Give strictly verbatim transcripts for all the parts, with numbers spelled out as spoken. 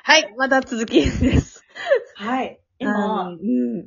はい、また続きです。 はい。今、 うん、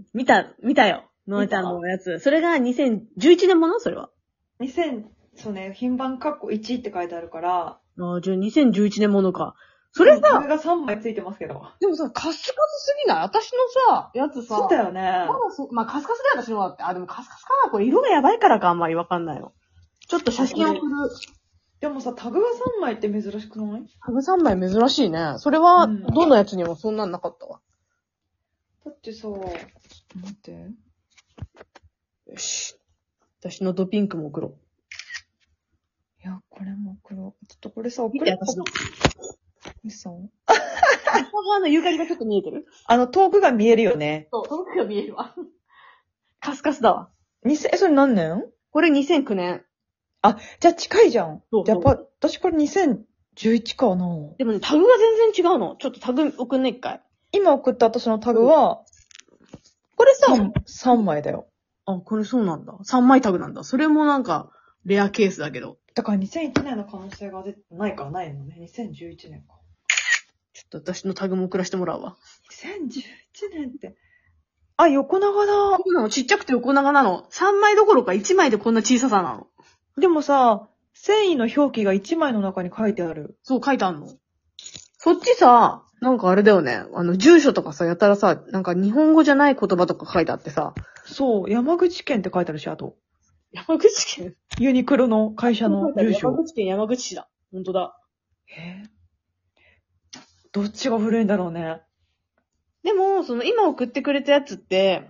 見た、見たよ。のあちゃんのやつ。それがにせんじゅういちねんものそれは。 にせん、そうね、品番カッコいちって書いてあるから、 ああ、じゃあにせんじゅういちねんものか。そそれさ、 れタグがさんまいついてますけど。 でもさ、カスカスすぎない私のさ、やつさ。 そうだよね。 まだそ、まあ、カスカスだよ、私のはって。あ、でもカスカスかなこれ色がやばいからかあんまりわかんないよ。ちょっと写真送る。 でもさ、タグがさんまいって珍しくない？ タグさんまい珍しいね。それは、どのやつにもそんなんなかったわ。 だってさ、待って。 よし。私のドピンクも送ろう。 いや、これも送ろう。ちょっとこれさ、送見て、私の。 嘘？ 向側のゆかりがちょっと見えてる？ あの、遠くが見えるよね。 そう、遠くが見えるわ。カスカスだわ。 にせん、え、それ何年？ これにせんきゅうねん。 あ、じゃあ近いじゃん。 そうそうじゃあやっぱ、私これにせんじゅういちかな。 でもね、タグが全然違うの。ちょっとタグ送んね、一回。 今送った私のタグは、 これさ、 さんまいだよ。 あ、これそうなんだ。さんまいタグなんだ。それもなんか、レアケースだけど。 だからにせんいちねんの可能性が出てないからないのね。にせんじゅういちねんか。 ちょっと私のタグも送らせてもらうわ。 にせんじゅういちねんって。あ、横長だ。 そうなの、ちっちゃくて横長なの。さんまいどころかいちまいでこんな小ささなの。 でもさ、繊維の表記がいちまいの中に書いてある。 そう、書いてあんの。そっちさ、なんかあれだよね。あの、住所とかさ、やたらさ、なんか日本語じゃない言葉とか書いてあってさ。 そう、山口県って書いてあるし、あと。 山口県ユニクロの会社の住所。 山口県山口市だ。ほんとだ。 えーどっちが古いんだろうね。 でも、その今送ってくれたやつって、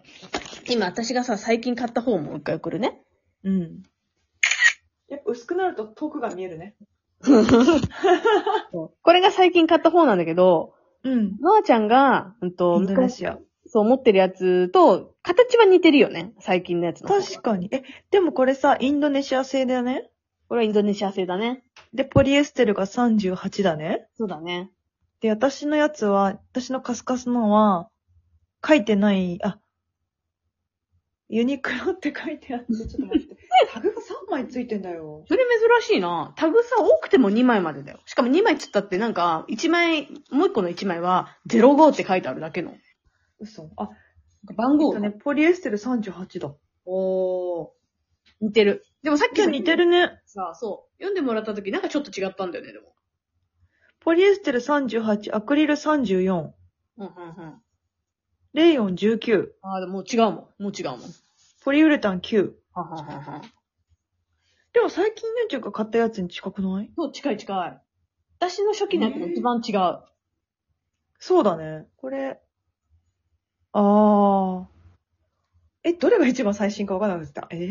今私がさ、最近買った方も一回送るね。 うん。やっぱ薄くなると遠くが見えるね。 これが最近買った方なんだけど、 うん。 ノアちゃんが、うんと、 インドネシア。 そう持ってるやつと、形は似てるよね。最近のやつの。 確かに。え、でもこれさ、インドネシア製だよね。 これはインドネシア製だね。 で、ポリエステルがさんじゅうはちだね。 そうだね。 で、私のやつは、私のカスカスのは、書いてない、あ、ユニクロって書いてあって、ちょっと待って。タグがさんまいついてんだよ。 それ珍しいな。タグさ、多くてもにまいまでだよ。しかもにまいっつったってなんか、いちまい、もういっこのいちまいは、ゼロごって書いてあるだけの。 嘘。あ、 番号がね、ポリエステルさんじゅうはちだ。 おー。似てる。でもさっきじゃあ似てるね。 さ、そう。読んでもらった時なんかちょっと違ったんだよね、でも。 ポリエステルさんじゅうはち、アクリルさんじゅうよん、 うん、うん、うん。 レイヨンじゅうきゅう、 ああ、でももう違うもん。もう違うもん。 ポリウレタンきゅう。 はははは。 でも最近のちゃんが買ったやつに近くない？ そう、近い近い。私の初期のやつが一番違う。 そうだね。これ、あー。え、どれが一番最新かわからなかった。えー、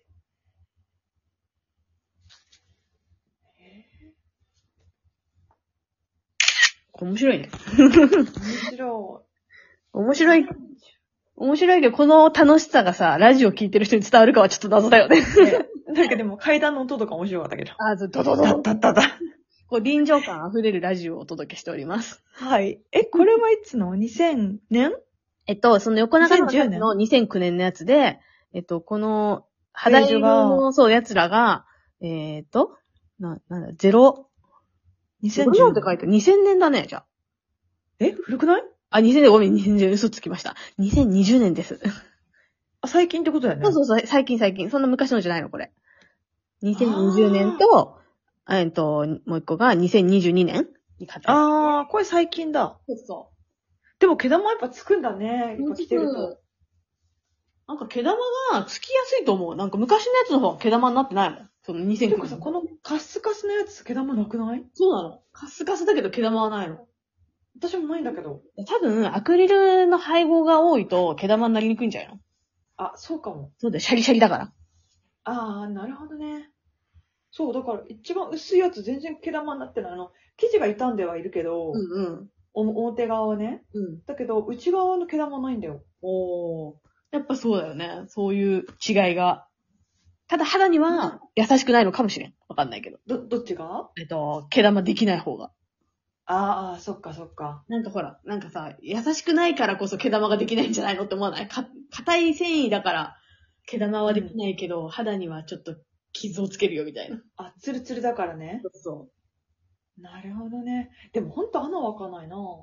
面白いね。 面白面白い。面白いけど、この楽しさがさ、ラジオ聞いてる人に伝わるかはちょっと謎だよね。 い。ね、なんかでも階段の音とか面白かったけど。 あ、そう、ドドドだド。 ったったった。 こう、臨場感あふれるラジオをお届けしております。 はい。え、これはいつの ?にせんねん？ えっと、その横長のにせんじゅうねんのにせんきゅうねんのやつで、えっと、この、肌色の、そう、やつらが、えっと、な、なんだ、ゼロ、 にせんじゅうゼロって書いてある。にせんねんだね、じゃあ。 え、古くない？ あ、にせんねん、ごめん、にせんねん、嘘つきました。にせんにじゅうねんです。 あ、最近ってことだよね。 そうそうそう、最近最近。そんな昔のじゃないの、これ。にせんにじゅうねんと、えっと、もう一個がにせんにじゅうにねんに買ったやつ。 あー、これ最近だ。 そうそでも毛玉やっぱつくんだね。 う。 やっぱ着てると。 なんか毛玉がつきやすいと思う。なんか昔のやつの方が毛玉になってないもん。そのにせんきゅうねん。 てかさ、このカスカスのやつ毛玉なくない？ そうなの。カスカスだけど毛玉はないの。 私もないんだけど。 多分、アクリルの配合が多いと毛玉になりにくいんじゃないの？ あ、そうかも。 そうだよ、シャリシャリだから。 あー、なるほどね。そう、だから一番薄いやつ全然毛玉になってない。あの、生地が傷んではいるけど、 うんうん。 お表側はね。 うん。 だけど、内側の毛玉ないんだよ。 おー。やっぱそうだよね。そういう違いが。ただ肌には優しくないのかもしれん。わかんないけど。 ど、どっちが？ えっと、毛玉できない方が。 あーあー、そっかそっか。 なんかほら、なんかさ、優しくないからこそ毛玉ができないんじゃないのって思わない？か、硬い繊維だから毛玉はできないけど、うん、肌にはちょっと傷をつけるよみたいな。 あ、ツルツルだからね。 そうそなるほどね。でもほんと穴は開かないなぁ。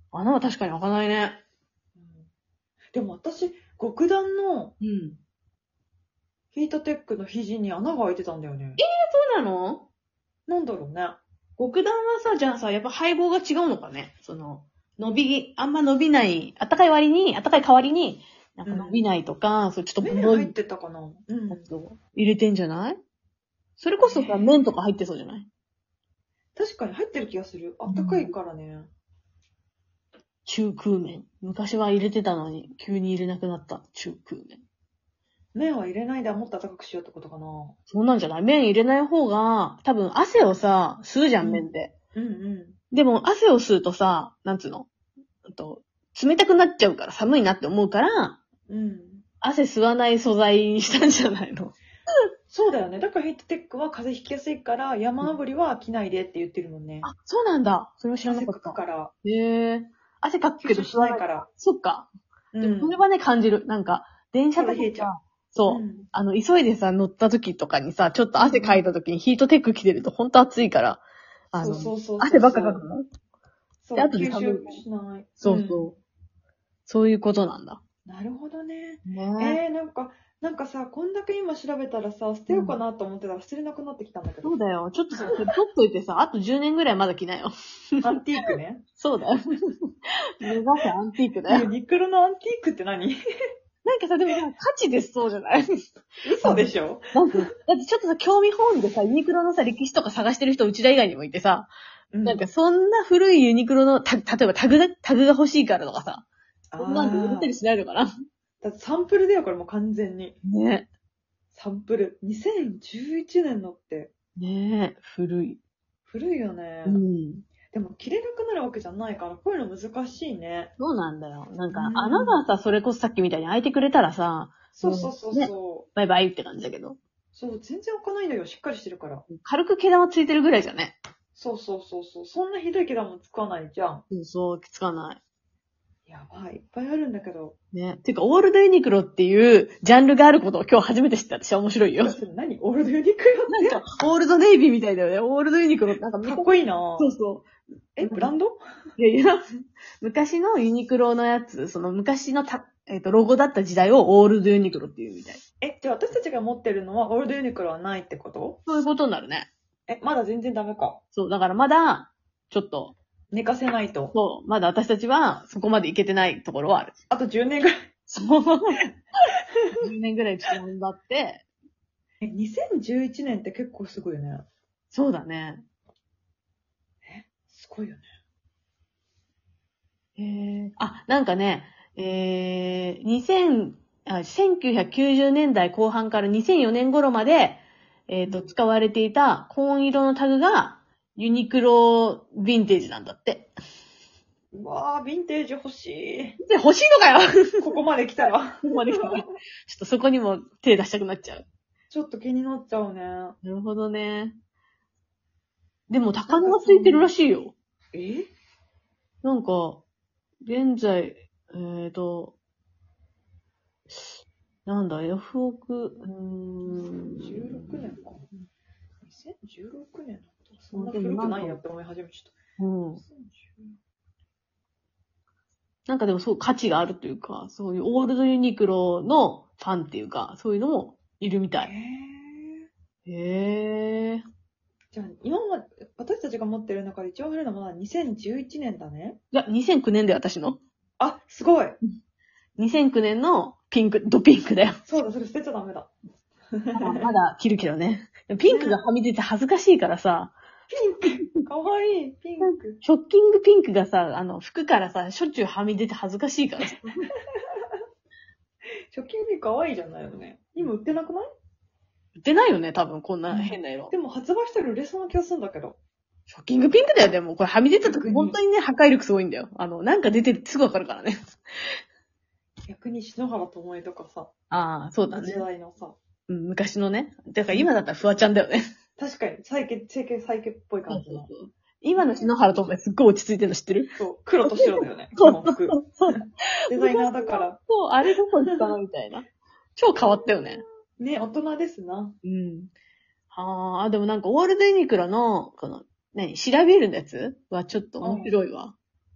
穴は確かに開かないね。 うん、でも私、極暖のうん。 ヒートテックの肘に穴が開いてたんだよね。 そうなの？ なんだろうね。 極暖はさ、じゃあさ、やっぱ配合が違うのかね？その、伸び、あんま伸びない、あったかい割に、あったかい代わりに、なんか伸びないとか、そうちょっとボロい目に入ってたかな。うんや。つを入れてんじゃない？それこそさ、麺とか入ってそうじゃない？ 確かに入ってる気がする。あったかいからね。 中空麺。昔は入れてたのに、急に入れなくなった中空麺。 麺は入れないでもっと暖かくしようってことかな。 そうなんじゃない？麺入れない方が、多分汗をさ、吸うじゃん、麺で。 うんうでも、汗を吸うとさ、なんつうの？あと、冷たくなっちゃうから寒いなって思うから、 ん。うん。 汗吸わない素材にしたんじゃないの？ そうだよね。だからヒートテックは風邪ひきやすいから、山炙りは着ないでって言ってるもんね。 あ、そうなんだ。それは知らな汗かかった。 くから。 へえ。汗かくけど吸収しないから。 そっか。 うん。 でもそれはね、感じる。なんか、電車とか体冷えちゃうさ、そう、 うんあの、急いでさ、乗った時とかにさ、ちょっと汗かいた時にヒートテック着てるとほんと暑いから、あの、 そうそうそうそう。 汗ばっかかくの？ そう、 で後で吸食べる収しない。 そうそう。そういうことなんだ。 なるほどね。 ねえー、なんか、なんかさ、こんだけ今調べたらさ、捨てようかなと思ってたら捨てれなくなってきたんだけど。 そうだよ。ちょっとさ、それ取っといてさ、あとじゅうねんぐらいまだ着なよ。 アンティークね。 そうだよ。目指せアンティークだよ。 ユニクロのアンティークって何？ なんかさ、でもさ、価値出そうじゃない？ 嘘でしょ？ なんか、だってちょっとさ、興味本位でさ、ユニクロのさ、歴史とか探してる人、うちら以外にもいてさ、 うん、 なんかそんな古いユニクロの、た、例えばタグが、タグが欲しいからとかさ、 あそんなんで売れたりしないのかな？ だってサンプルだよ、これもう完全に。 ねサンプル。にせんじゅういちねんのって。 ねえ、古い。 古いよね。 うん。 でも着れなくなるわけじゃないから、こういうの難しいね。 そうなんだよ。なんか、 うん穴がさ、それこそさっきみたいに開いてくれたらさ、 そうそうそうねそう。 バイバイって感じだけど。 そう、全然開かないのよ。しっかりしてるから。 軽く毛玉ついてるぐらいじゃね。 そうそうそうそう。そんなひどい毛玉も使わないじゃん。 そうそう、きつかない。 やばい。いっぱいあるんだけど。 ね。てか、オールドユニクロっていうジャンルがあることを今日初めて知った。私は面白いよ。 それ何オールドユニクロって。 なんか、オールドネイビーみたいだよね。オールドユニクロってなんか、 かっこいいなそうそえ、ブランド？ う。いやいや、昔のユニクロのやつ、その昔のた、えっ、と、ロゴだった時代をオールドユニクロっていうみたい。 え、じゃあ私たちが持ってるのはオールドユニクロはないってこと？ そういうことになるね。 え、まだ全然ダメか。 そう、だからまだ、ちょっと、 寝かせないと。 そう、まだ私たちはそこまでいけてないところはある。 あとじゅうねんぐらい。 そう。じゅうねんぐらいちょっと頑張って。 え、にせんじゅういちねんって結構すごいよね。 そうだね。 すごいよね。 えー、あ、なんかね、えー、にせん、あ、せんきゅうひゃくきゅうじゅうねんだいこう半からにせんよねん頃まで、えっ、と、使われていた紺色のタグがユニクロヴィンテージなんだって。 うわぁ、ヴィンテージ欲しい。 で、欲しいのかよここまで来たら。 ここまで来たら。ちょっとそこにも手出したくなっちゃう。 ちょっと気になっちゃうね。 なるほどね。でも高値がついてるらしいよ。 えなんか、現在、えっ、と、なんだ、ヤフオク、うーん。 じゅうろくねんか。にせんじゅうろくねんだったらそんな古くないやって思い始めちゃった。 うん。なんかでもそう価値があるというか、そういうオールドユニクロのファンっていうか、そういうのもいるみたい。 へへー。 じゃあ、今まで、私たちが持ってる中で一番古いのはまだにせんじゅういちねんだね。 いや、にせんきゅうねんで私の。 あ、すごい。 にせんきゅうねんのピンク、ドピンクだよ。 そうだ、それ捨てちゃダメだ。 まだ着るけどね。ピンクがはみ出て恥ずかしいからさ、 ピンクかわいい、ピンク。 ショッキングピンクがさ、あの、服からさ、しょっちゅうはみ出て恥ずかしいからさ。 ショッキングピンクかわいいじゃないよね。今売ってなくない？ 売ってないよね、多分、こんな変な色。 でも発売したら売れそうな気がするんだけど。 ショッキングピンクだよ、でも。これはみ出た時逆に本当にね、破壊力すごいんだよ。あの、なんか出てるすぐわかるからね。 逆に篠原ともえとかさ、 ああ、そうだね時。代のさ、 うん、昔のね。だから今だったらフワちゃんだよね。 確かに、サイケ、整形、サイケっぽい感じの。 今の篠原ともすっごい落ち着いてるの知ってる？ そう、黒と白だよね。 そうこの服。 そう。 デザイナーだから。 そう、あれどこ行ったのみたいな。超変わったよね。 ね、大人ですな。 うん。はあ、でもなんかオールドユニクロの、この、何、シラビールのやつはちょっと面白いわ。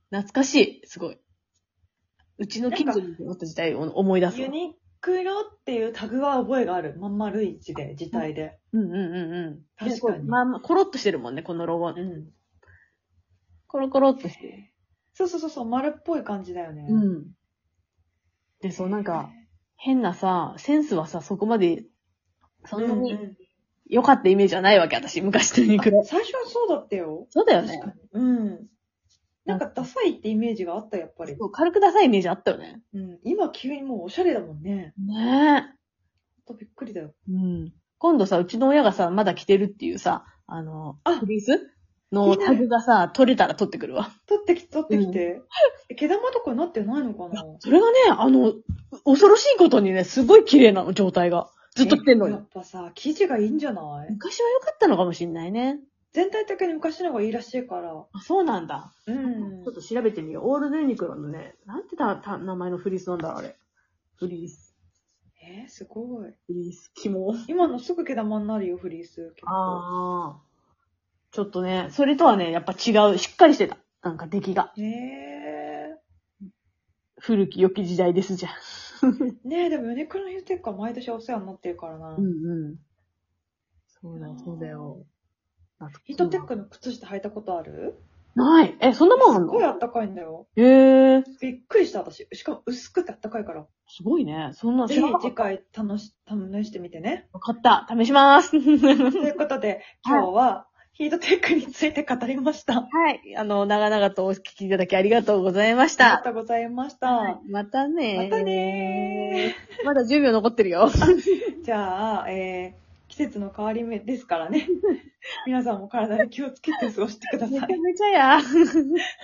懐かしい。すごい。うちの近所にあった時代を思い出すわ。 ユニクロっていうタグは覚えがある。まんまるいちで、字体で。 うんうんうんうん。 確かにまあまあ、コロッとしてるもんね、このロゴ。 うん。 コロコロっとしてる。 そうそうそうそう、丸っぽい感じだよね。 うん。で、そう、なんか、変なさ、センスはさ、そこまで、そんなにうんうん良かったイメージはないわけ、私、昔とユニクロあ。最初はそうだったよ。 そうだよね確。かに。うん。なんかダサいってイメージがあった、やっぱり。 そう軽くダサいイメージあったよね。 うん。今急にもうおしゃれだもんね。 ねほんとびっくりだよ。 え。うん。今度さ、うちの親がさ、まだ着てるっていうさ、あの、 あフリースのタグがさ、取れたら取ってくるわ。 取ってきて、取ってきて。え毛玉とかになってないのかなそれがね、あの、恐ろしいことにね、すごい綺麗なの、状態が。ずっと着てんのに。 えやっぱさ、生地がいいんじゃない昔は良かったのかもしんないね。 全体的に昔の方がいいらしいから。 あ、そうなんだ。 うんちょっと調べてみよう。オールドユニクロのね、なんてた、た、名前のフリースなんだろう、あれ。フリース。 えー、すごい。 フリース。肝。 今のすぐ毛玉になるよ、フリース。結構。 ああ。ちょっとね、それとはね、やっぱ違う。しっかりしてた。なんか出来が。 へえ古き良き時代ですじゃん。 ー。ねえ、でもユニクロのヒートテックは毎年お世話になってるからな。 うんうん。そうだよ、そうだよ。 ヒートテックの靴下履いたことあるない。え、そんなもんあすんのごいあったかいんだよ。 へえ。 びっくりした、私。しかも薄くてあったかいから。 すごいね。そんなぜひ知らなかった。 次回楽し、試してみてね。 わかった。試します。 ということで、今日はヒートテックについて語りました。 はい。あの、長々とお聞きいただきありがとうございましありがた。 とうございました。 はいまたねまたねー。まだじゅうびょう残ってるよ。 じゃあ、えー、季節の変わり目ですからね。皆さんも体に気をつけて過ごしてください。 めちゃ。めちゃや。